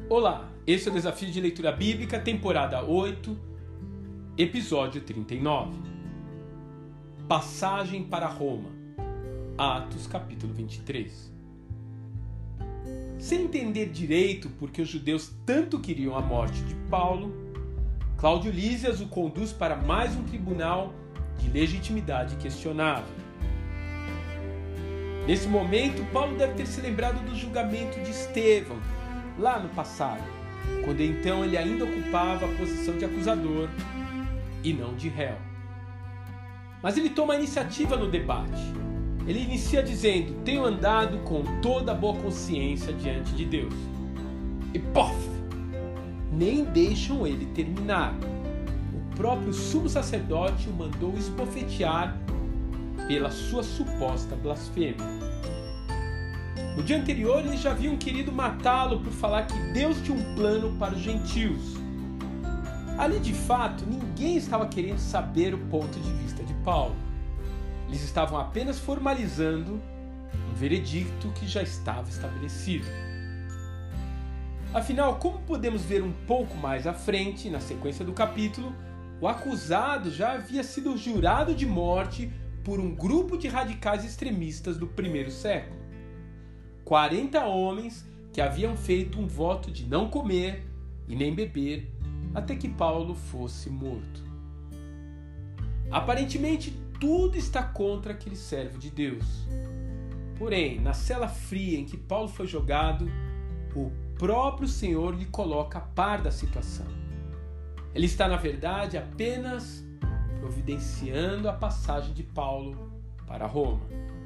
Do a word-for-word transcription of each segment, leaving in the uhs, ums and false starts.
Olá, esse é o Desafio de Leitura Bíblica, temporada oito, episódio trinta e nove. Passagem para Roma, Atos capítulo vinte e três. Sem entender direito porque os judeus tanto queriam a morte de Paulo, Cláudio Lísias o conduz para mais um tribunal de legitimidade questionável. Nesse momento, Paulo deve ter se lembrado do julgamento de Estevão, lá no passado, quando então ele ainda ocupava a posição de acusador e não de réu. Mas ele toma a iniciativa no debate. Ele inicia dizendo: tenho andado com toda a boa consciência diante de Deus. E pof! Nem deixam ele terminar. O próprio sumo sacerdote o mandou esbofetear pela sua suposta blasfêmia. No dia anterior, eles já haviam querido matá-lo por falar que Deus tinha um plano para os gentios. Ali, de fato, ninguém estava querendo saber o ponto de vista de Paulo. Eles estavam apenas formalizando um veredicto que já estava estabelecido. Afinal, como podemos ver um pouco mais à frente, na sequência do capítulo, o acusado já havia sido jurado de morte por um grupo de radicais extremistas do primeiro século. quarenta homens que haviam feito um voto de não comer e nem beber até que Paulo fosse morto. Aparentemente, tudo está contra aquele servo de Deus. Porém, na cela fria em que Paulo foi jogado, o próprio Senhor lhe coloca a par da situação. Ele está, na verdade, apenas providenciando a passagem de Paulo para Roma.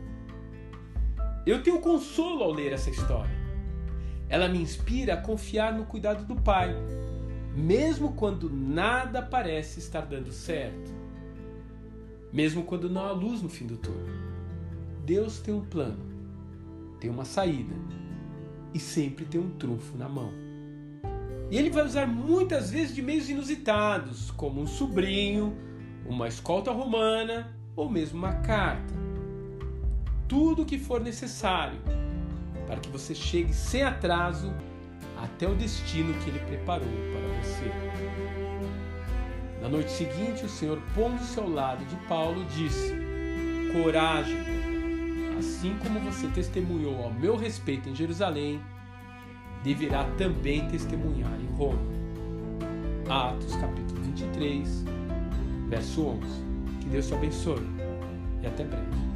Eu tenho consolo ao ler essa história. Ela me inspira a confiar no cuidado do Pai, mesmo quando nada parece estar dando certo. Mesmo quando não há luz no fim do túnel. Deus tem um plano, tem uma saída e sempre tem um trunfo na mão. E Ele vai usar muitas vezes de meios inusitados, como um sobrinho, uma escolta romana ou mesmo uma carta. Tudo o que for necessário para que você chegue sem atraso até o destino que Ele preparou para você. Na noite seguinte, o Senhor, pondo-se ao lado de Paulo, disse: coragem, assim como você testemunhou ao meu respeito em Jerusalém, deverá também testemunhar em Roma. Atos capítulo vinte e três, verso onze. Que Deus te abençoe e até breve.